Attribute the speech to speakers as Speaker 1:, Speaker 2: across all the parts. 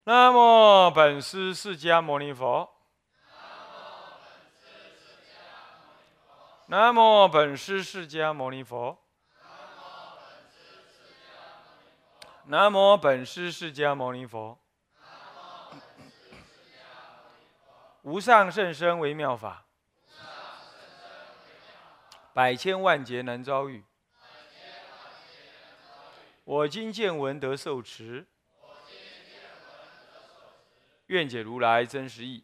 Speaker 1: 南无本师释迦牟尼佛。南无本师释迦牟尼佛。南无本师释迦牟尼佛。无上甚深微妙法，百千万劫难遭遇。我今见闻得受持，愿解如来真实义。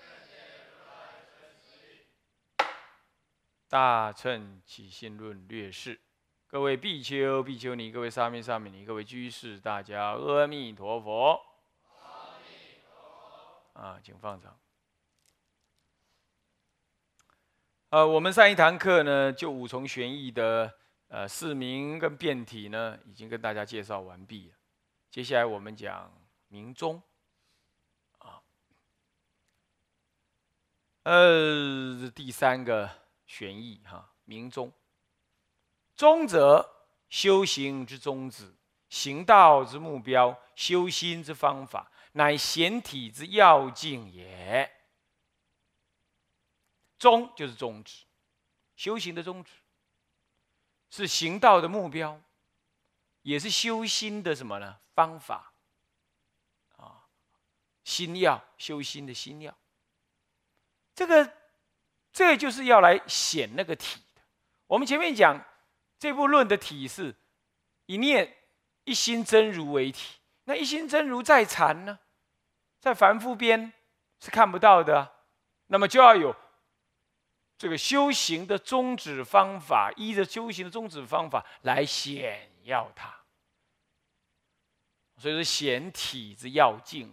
Speaker 1: 大乘起信论略释。各位比丘、比丘尼，各位沙弥、沙弥尼，各位居士，大家阿弥陀佛。请放掌。我们上一堂课呢，就五重玄义的释名跟辩体呢，已经跟大家介绍完毕了。接下来我们讲明宗。第三个玄义明宗。宗者，修行之宗旨，行道之目标，修心之方法，乃显体之要境也。宗就是宗旨，修行的宗旨，是行道的目标，也是修心的什么呢？方法心要，修心的心要。这个就是要来显那个体的。我们前面讲这部论的体是一念一心真如为体，那一心真如在禅呢，在凡夫边是看不到的那么就要有这个修行的宗旨方法，依着修行的宗旨方法来显耀它。所以说显体之要境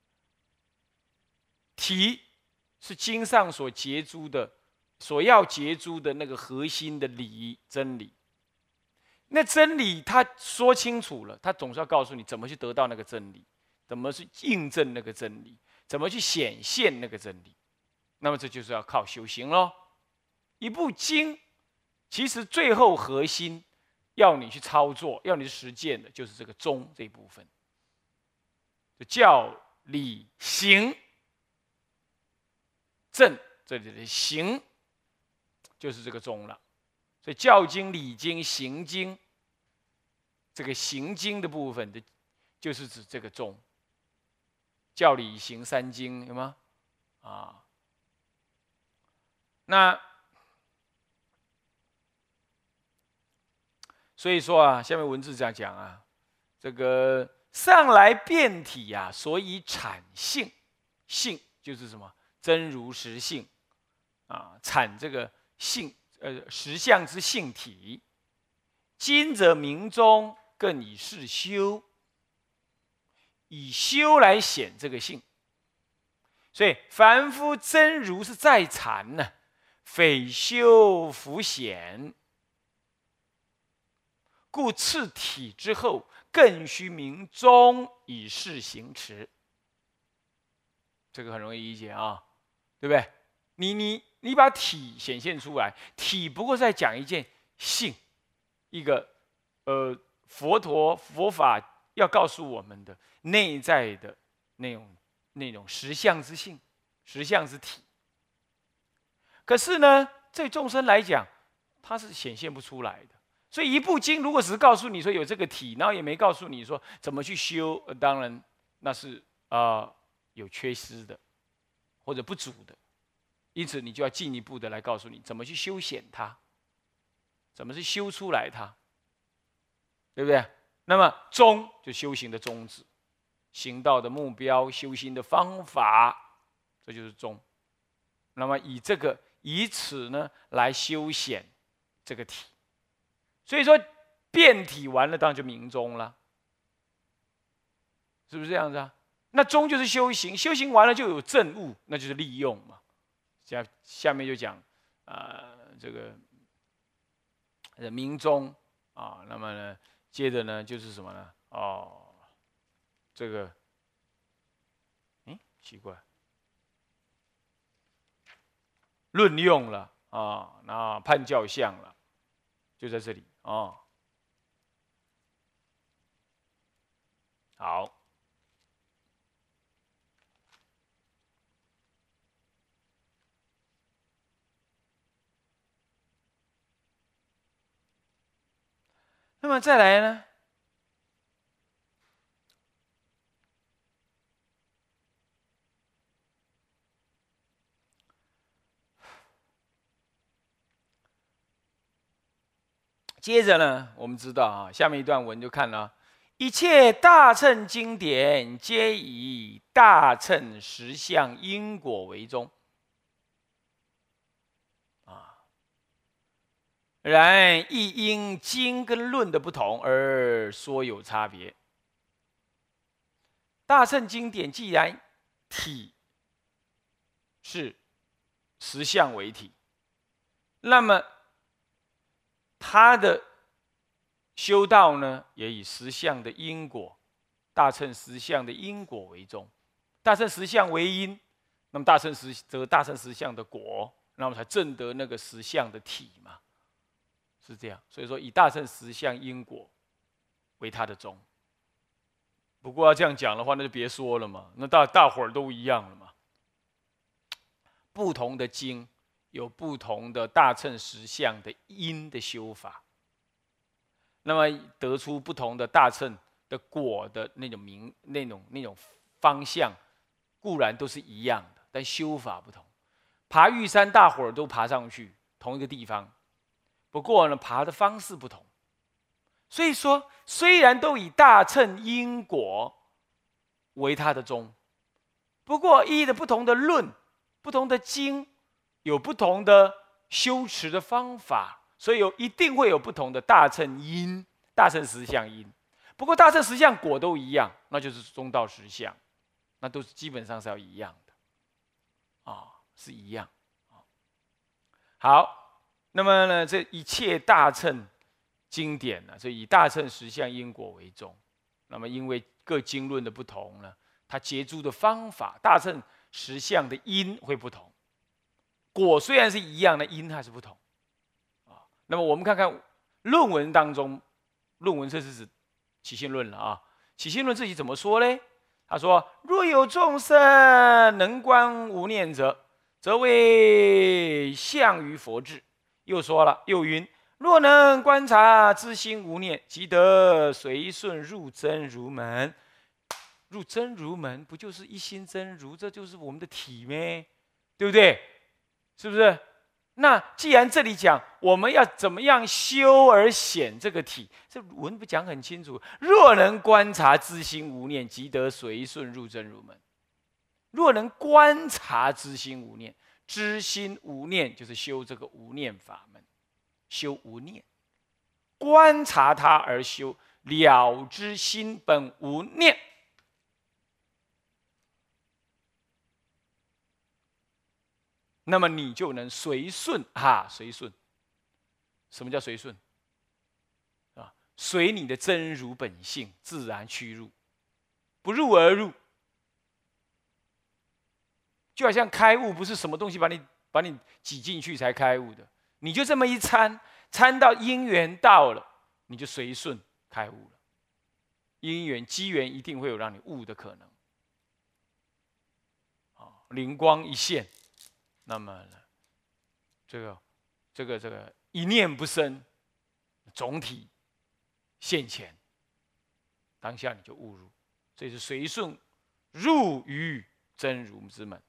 Speaker 1: 体是经上所结诸的，所要结诸的那个核心的理真理。那真理他说清楚了，他总是要告诉你怎么去得到那个真理，怎么去印证那个真理，怎么去显现那个真理。那么这就是要靠修行咯。一部经，其实最后核心要你去操作，要你去实践的，就是这个宗这一部分，就教理行正，这里的行就是这个宗了。所以教经、理经、行经，这个行经的部分的，就是指这个宗。教理行三经有吗？那所以说下面文字这样讲这个上来辩体所以阐性，性就是什么？真如实性阐这个性实相之性体。今则明宗更以是修，以修来显这个性。所以凡夫真如是在禅呢，匪修弗显，故次体之后，更须明宗以示行持。这个很容易理解对不对？你把体显现出来，体不过在讲一件性，一个佛法要告诉我们的内在的那种实相之性，实相之体。可是呢，对众生来讲，它是显现不出来的。所以一部经如果只是告诉你说有这个体，然后也没告诉你说怎么去修，当然那是有缺失的或者不足的。因此你就要进一步的来告诉你怎么去修显它，怎么去修出来它，对不对？那么宗就修行的宗旨，行道的目标，修行的方法，这就是宗。那么以此呢来修显这个体。所以说辩体完了，当然就明宗了，是不是这样子那宗就是修行，修行完了就有证悟，那就是利用嘛。下面就讲这个明宗那么呢，接着呢就是什么呢？这个奇怪，论用了那判教相了，就在这里好， 那么再来呢？接着呢，我们知道啊，下面一段文就看了，一切大乘经典皆以大乘实相因果为宗啊，然亦因经跟论的不同而说有差别。大乘经典既然体是实相为体，那么他的修道呢，也以实相的因果，大乘实相的因果为宗。大乘实相为因，那么大乘实相的果，那么才证得那个实相的体嘛，是这样。所以说，以大乘实相因果为他的宗。不过要这样讲的话，那就别说了嘛，那大伙儿都一样了嘛。不同的经有不同的大乘实相的因的修法，那么得出不同的大乘的果的那种方向，固然都是一样的，但修法不同。爬玉山，大伙儿都爬上去同一个地方，不过呢，爬的方式不同。所以说，虽然都以大乘因果为他的宗，不过依的不同的论、不同的经，有不同的修持的方法，所以一定会有不同的大乘因、大乘实相因。不过大乘实相果都一样，那就是中道实相，那都是基本上是要一样的啊，是一样。好，那么呢，这一切大乘经典呢，所以以大乘实相因果为宗。那么因为各经论的不同呢，它结诸的方法，大乘实相的因会不同，果虽然是一样的，因还是不同啊。那么我们看看论文当中，论文这是指起信论了啊。起信论自己怎么说呢？他说：若有众生能观无念者，则为相于佛智。又说了，又云：若能观察知心无念，即得随顺入真如门。入真如门不就是一心真如？这就是我们的体咩？对不对？是不是？那既然这里讲我们要怎么样修而显这个体，这文不讲很清楚。若能观察知心无念，即得随顺入真如门。若能观察知心无念，知心无念就是修这个无念法门，修无念，观察它而修，了知心本无念。那么你就能随顺随顺。什么叫随顺？随你的真如本性自然趋入，不入而入。就好像开悟，不是什么东西把你挤进去才开悟的，你就这么一参到因缘到了，你就随顺开悟了。因缘机缘一定会有让你悟的可能。灵光一现，那么呢，这个一念不生，总体现前，当下你就悟入，所以是随顺入于真如之门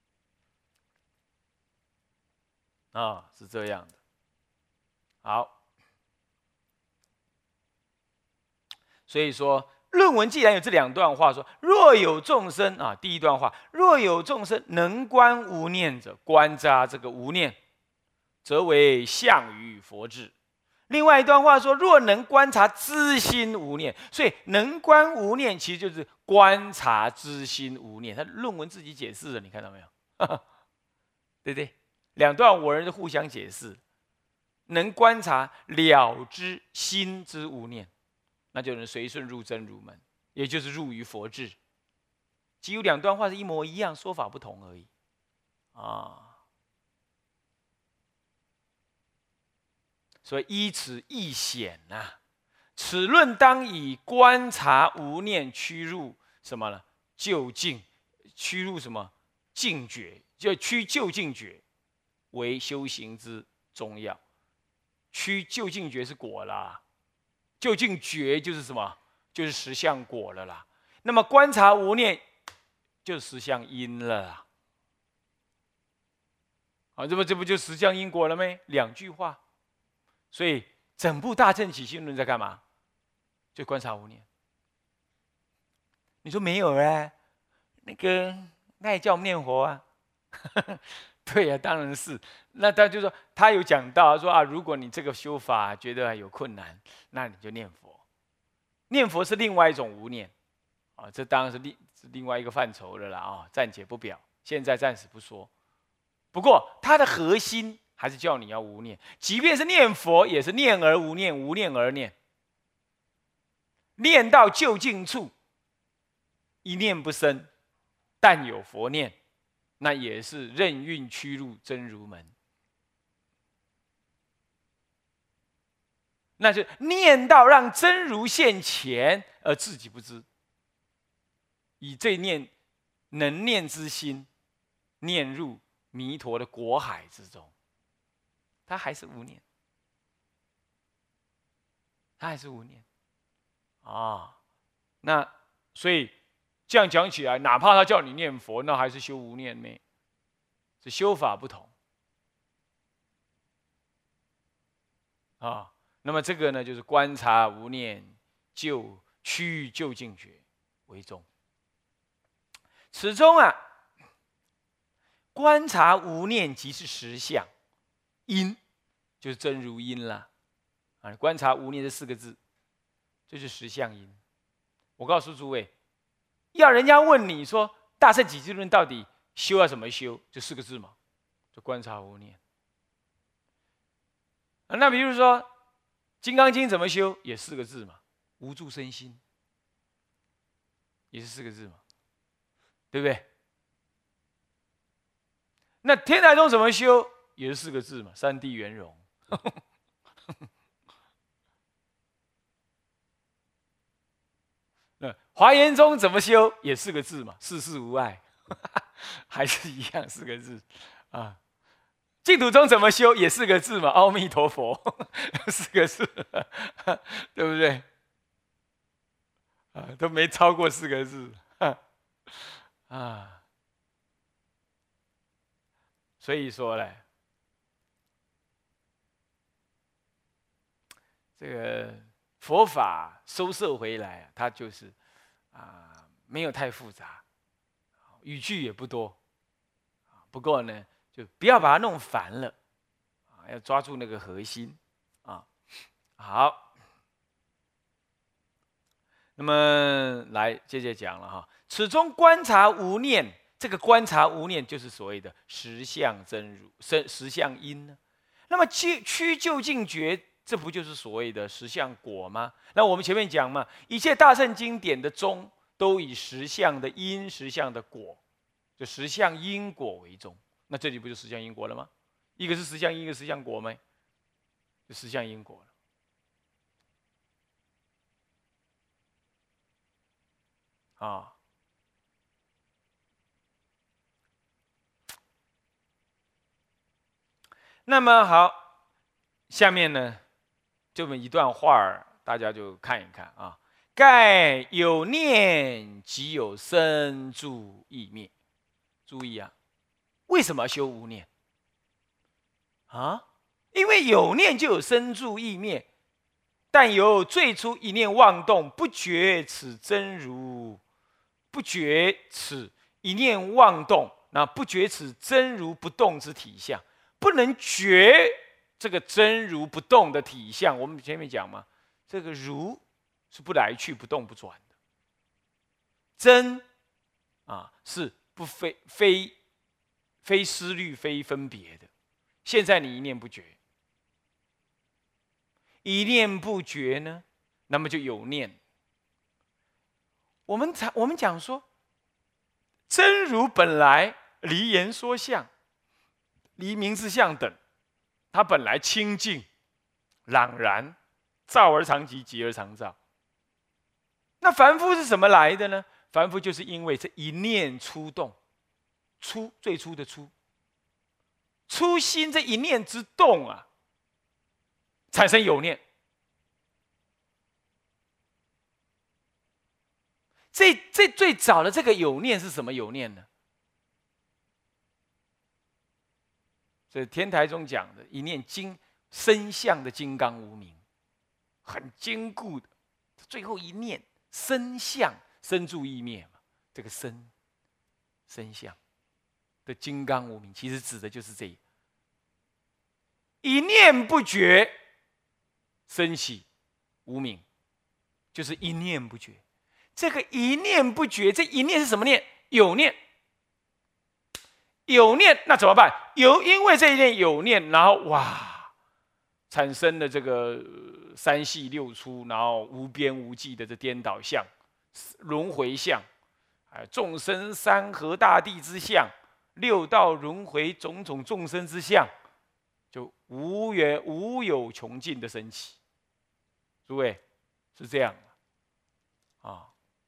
Speaker 1: 是这样的。好，所以说论文既然有这两段话说，若有众生第一段话，若有众生能观无念者，观察这个无念，则为相于佛智。另外一段话说，若能观察知心无念，所以能观无念其实就是观察知心无念。他论文自己解释了，你看到没有？对不对？两段文互相解释，能观察了知心之无念，那就能随顺入真如门，也就是入于佛智。几乎两段话是一模一样，说法不同而已所以依此亦显此论当以观察无念趋入什么呢？究竟，趋入什么？净觉，就趋究竟觉为修行之中要。趋究竟觉是果啦， 究竟觉就是什么？就是实相果了啦。那么观察无念，就是实相因了啦。啊，这不就实相因果了没？两句话。所以整部大乘起信论在干嘛？就观察无念。你说没有啊？那也叫我们念佛啊？对呀、当然是。那他就说他有讲到说啊，如果你这个修法觉得有困难，那你就念佛。念佛是另外一种无念啊，这当然是另外一个范畴了啦啊，暂且不表，现在暂时不说。不过它的核心还是叫你要无念，即便是念佛，也是念而无念，无念而念，念到就近处，一念不生，但有佛念，那也是任运趋入真如门。那就念到让真如现前，而自己不知，以这能念之心，念入弥陀的果海之中，他还是无念，他还是无念啊。那所以这样讲起来，哪怕他叫你念佛，那还是修无念咩？是修法不同啊。那么这个呢，就是观察无念，趋于究竟觉为宗。此中啊，观察无念即是实相，因就是真如因啦。啊，观察无念这4个字，就是实相因。我告诉诸位，要人家问你说《大乘起信论》到底修要怎么修，就4个字嘛，就观察无念。那比如说《金刚经》怎么修，也4个字嘛，无住身心，也是4个字嘛，对不对？那天台宗怎么修，也是4个字嘛，三谛圆融。那华严宗怎么修，也4个字嘛，世事无碍，还是一样4个字啊。净土宗怎么修，也4个字嘛，阿弥陀佛，4个字，对不对？啊，都没超过4个字啊。所以说呢，这个佛法收摄回来，它就是没有太复杂，语句也不多，不过呢，就不要把它弄烦了，要抓住那个核心啊。好，那么来接着讲了哈，此中观察无念。这个观察无念，就是所谓的实相真如，实相因呢。那么趋究竟觉，这不就是所谓的实相果吗？那我们前面讲嘛，一切大乘经典的宗都以实相的因、实相的果，就实相因果为宗。那这里不就实相因果了吗？一个是实相因，一个实相果吗？就实相因果了啊。那么好，下面呢，这么一段话儿，大家就看一看啊。盖有念即有生住意灭。注意啊，为什么要修无念啊？因为有念就有生住意灭，但由最初一念妄动，不觉此真如，不觉此一念妄动，那不觉此真如不动之体相。不能觉这个真如不动的体相，我们前面讲嘛，这个如是不来去、不动不转的，真是不非思虑、非分别的。现在你一念不觉，一念不觉呢，那么就有念。我们讲说，真如本来离言说相。离名字相等，它本来清净、朗然，照而常寂，寂而常照。那凡夫是怎么来的呢？凡夫就是因为这一念出动，最初的初心这一念之动啊，产生有念。 这最早的这个有念是什么有念呢？所以天台中讲的一念身相的金刚无明，很坚固的，最后一念身相身住意灭嘛，这个身相的金刚无明，其实指的就是这一念不绝，升起无明，就是一念不绝。这个一念不绝，这一念是什么念？有念。有念，那怎么办？因为这一念有念，然后哇，产生了这个三系六出，然后无边无际的这颠倒相、轮回相，众生山河大地之相，六道轮回种种众生之相，就无有穷尽的升起。诸位是这样啊。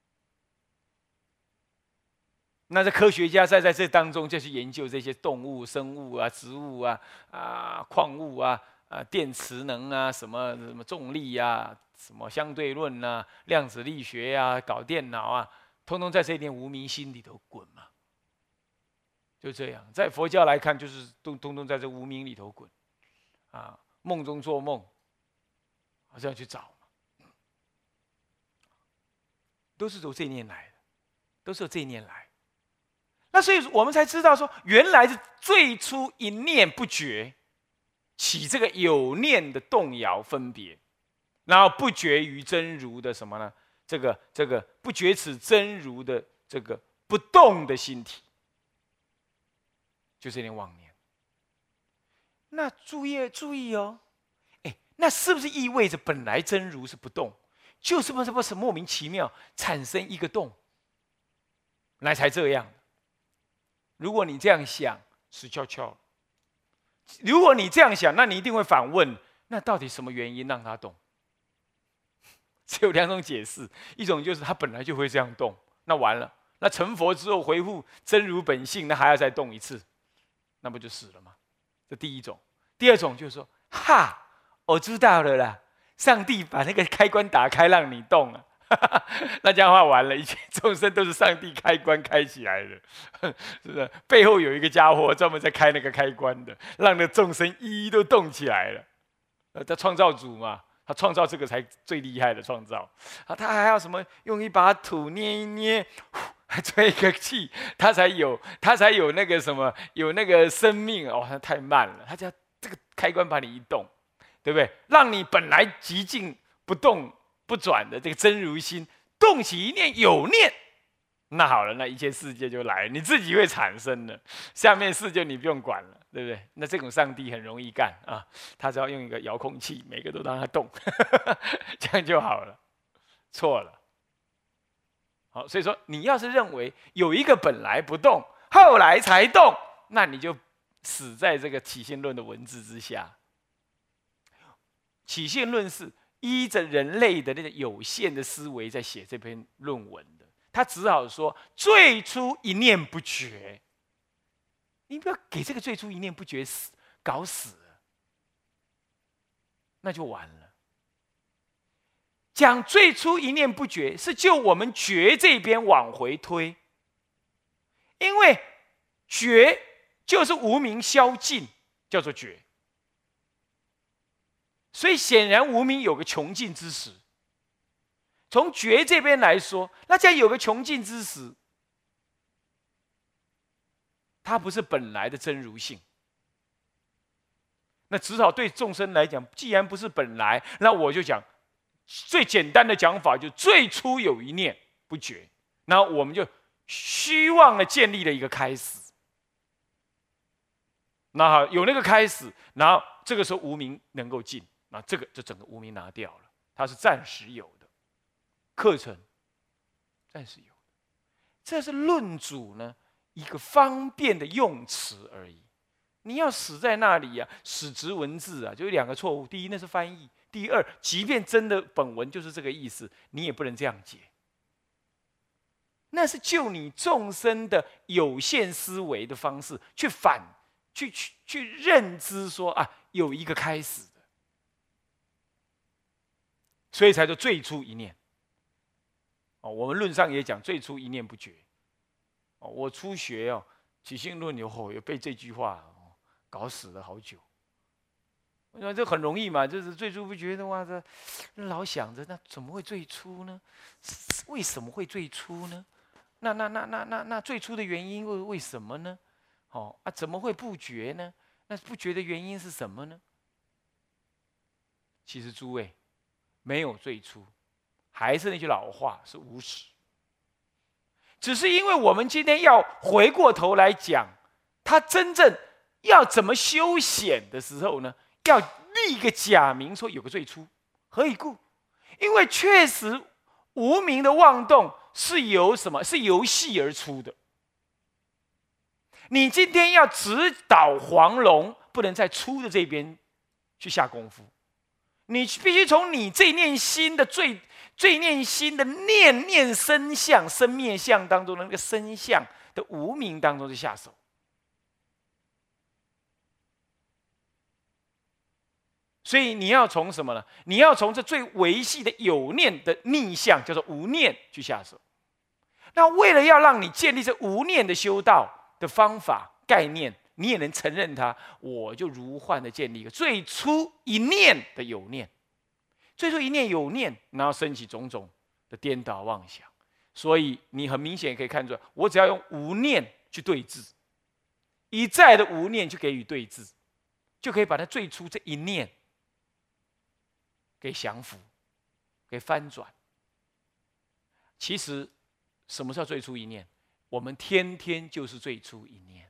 Speaker 1: 那这科学家在这当中就去研究这些动物、生物啊、植物啊、矿物啊、电磁能啊、什么重力啊、什么相对论啊、量子力学啊、搞电脑啊，通通在这一念无明心里头滚嘛。就这样，在佛教来看，就是通通在这无明里头滚啊，梦中做梦，好像去找嘛，都是由这一念来的，都是由这一念来。那所以我们才知道说，原来是最初一念不绝，起这个有念的动摇分别，然后不绝于真如的什么呢？这个不觉此真如的这个不动的心体，就这念妄念。那注意哦，那是不是意味着本来真如是不动，就是不是莫名其妙产生一个动，来才这样？如果你这样想，死翘翘。如果你这样想，那你一定会反问：那到底什么原因让它动？只有两种解释，一种就是它本来就会这样动，那完了，那成佛之后恢复真如本性，那还要再动一次，那不就死了吗？这第一种。第二种就是说：哈，我知道了啦，上帝把那个开关打开让你动啊。那这样的话完了，一切众生都是上帝开关开起来的，是不是？背后有一个家伙专门在开那个开关的，让那众生一一都动起来了。他创造主嘛，他创造这个才最厉害的创造啊！他还要什么？用一把土捏一捏，还吹一个气，他才有那个什么，有那个生命哦。他太慢了，他只要这个开关把你一动，对不对？让你本来极静不动不转的这个真如心动起一念有念，那好了，那一切世界就来了，你自己会产生的，下面事就你不用管了，对不对？那这种上帝很容易干啊，他只要用一个遥控器，每个都让它动，这样就好了。错了，好，所以说你要是认为有一个本来不动，后来才动，那你就死在这个起信论的文字之下。起信论是依着人类的那个有限的思维在写这篇论文的，他只好说最初一念不绝，你不要给这个最初一念不绝搞死了，那就完了。讲最初一念不绝是就我们觉这边往回推，因为觉就是无明消尽，叫做觉。所以显然无明有个穷尽之时。从觉这边来说，那既然有个穷尽之时，它不是本来的真如性，那只好对众生来讲，既然不是本来，那我就讲最简单的讲法，就最初有一念不绝，然后我们就虚妄的建立了一个开始。那好，有那个开始，然后这个时候无明能够尽。那这个就整个无明拿掉了，它是暂时有的课程，暂时有的，这是论主呢一个方便的用词而已。你要死在那里啊，死直文字啊，就有两个错误：第一，那是翻译；第二，即便真的本文就是这个意思，你也不能这样解。那是就你众生的有限思维的方式去认知说啊，有一个开始。所以才说最初一念， 我们论上也讲，最初一念不绝。我初学起信论有被这句话搞死了好久。我说这很容易嘛，就是最初不觉的话，这老想着那怎么会最初呢？为什么会最初呢？那最初的原因为什么呢？怎么会不觉呢？那不觉的原因是什么呢？其实诸位没有最初，还是那句老话，是无始。只是因为我们今天要回过头来讲，他真正要怎么修显的时候呢，要立一个假名，说有个最初。何以故？因为确实无明的妄动是由什么？是由细而出的。你今天要直捣黄龙，不能在粗的这边去下功夫，你必须从你这念心的最念心的念生相生灭相当中的那个生相的无明当中去下手。所以你要从什么呢？你要从这最维系的有念的逆相，叫做无念去下手。那为了要让你建立这无念的修道的方法概念，你也能承认它，我就如幻的建立一个最初一念的有念。最初一念有念，然后升起种种的颠倒妄想，所以你很明显可以看出来，我只要用无念去对治，一再的无念去给予对治，就可以把它最初这一念给降服，给翻转。其实，什么叫最初一念？我们天天就是最初一念，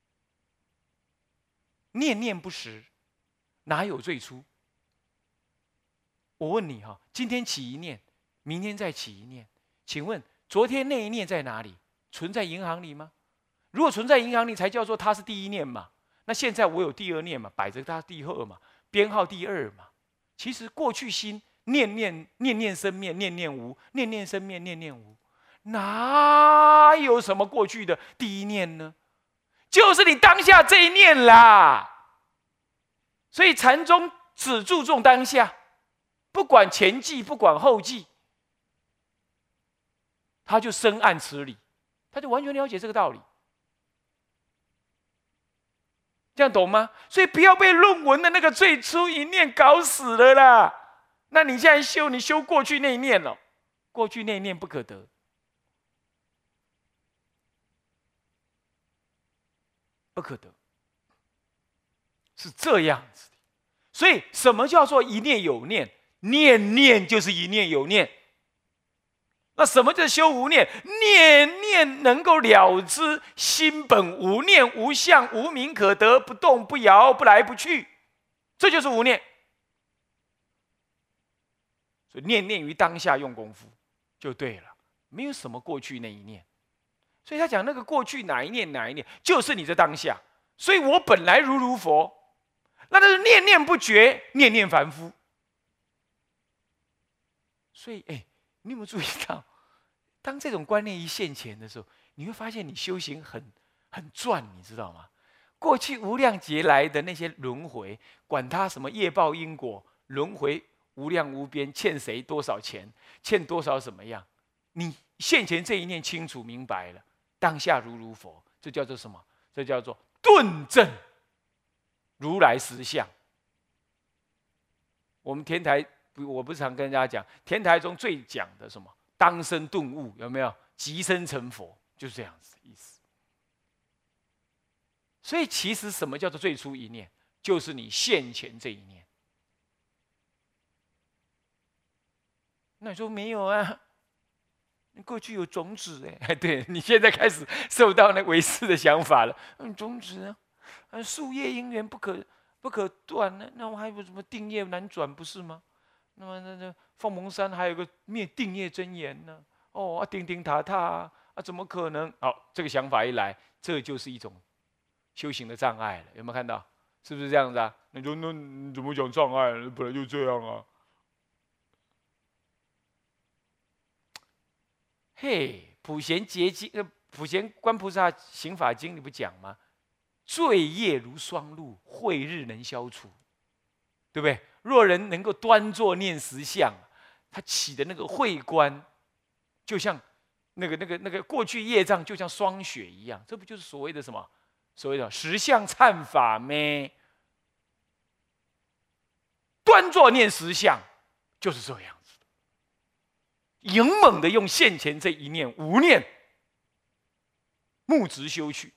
Speaker 1: 念念不实，哪有最初？我问你今天起一念，明天再起一念，请问昨天那一念在哪里？存在银行里吗？如果存在银行里，才叫做它是第一念嘛。那现在我有第二念嘛，摆着它第二嘛，编号第二嘛。其实过去心念念生灭，念念无，念念生灭，念念无，哪有什么过去的第一念呢？就是你当下这一念啦。所以禅宗只注重当下。不管前际，不管后际，他就深谙此理，他就完全了解这个道理，这样懂吗？所以不要被论文的那个最初一念搞死了啦。那你现在修，你修过去那一念了，过去那一念不可得，不可得，是这样子的。所以什么叫做一念有念？念念就是一念有念。那什么叫修无念？念念能够了知心本无念无相无名可得，不动不摇，不来不去，这就是无念。所以念念于当下用功夫就对了，没有什么过去那一念。所以他讲那个过去哪一念哪一念，就是你这当下。所以我本来如佛，那就是念念不绝，念念凡夫。所以，你有没有注意到，当这种观念一现前的时候，你会发现你修行很赚，你知道吗？过去无量劫来的那些轮回，管他什么业报因果，轮回无量无边，欠谁多少钱，欠多少怎么样，你现前这一念清楚明白了，当下如佛，这叫做什么？这叫做顿证如来实相。我们天台。我不是常跟大家讲，天台中最讲的什么？当生顿悟，有没有？即生成佛，就是这样子的意思。所以其实什么叫做最初一念？就是你现前这一念。那你说没有啊？你过去有种子对，你现在开始受到那唯识的想法了。种子树叶因缘不可断呢，那我还有什么定业难转，不是吗？那么那凤蒙山还有个灭定业真言呢？钉钉塔塔怎么可能？好，这个想法一来，这就是一种修行的障碍了。有没有看到？是不是这样子啊？你说那你怎么讲障碍？本来就这样啊。嘿，普贤结经，普贤观菩萨行法经，你不讲吗？罪业如霜露，慧日能消除，对不对？若人能够端坐念实相，他起的那个慧观， 就像那个过去业障就像霜雪一样，这不就是所谓的什么？所谓的十相忏法咩？端坐念十相，就是这样子的，勇猛的用现前这一念无念，木直修去。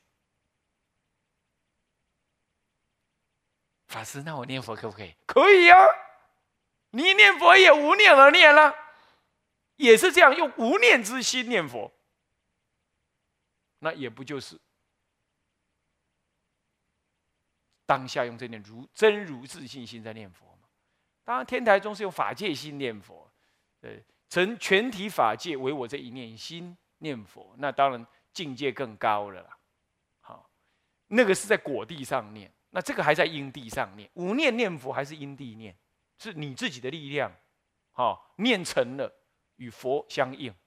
Speaker 1: 法师，那我念佛可不可以？可以啊，你念佛也无念而念了，也是这样用无念之心念佛，那也不就是当下用这念真如自信心在念佛吗？当然，天台宗是用法界心念佛，成全体法界为我这一念心念佛，那当然境界更高了啦。好，那个是在果地上念，那这个还在因地上念。无念念佛还是因地念，是你自己的力量，好，念成了与佛相应。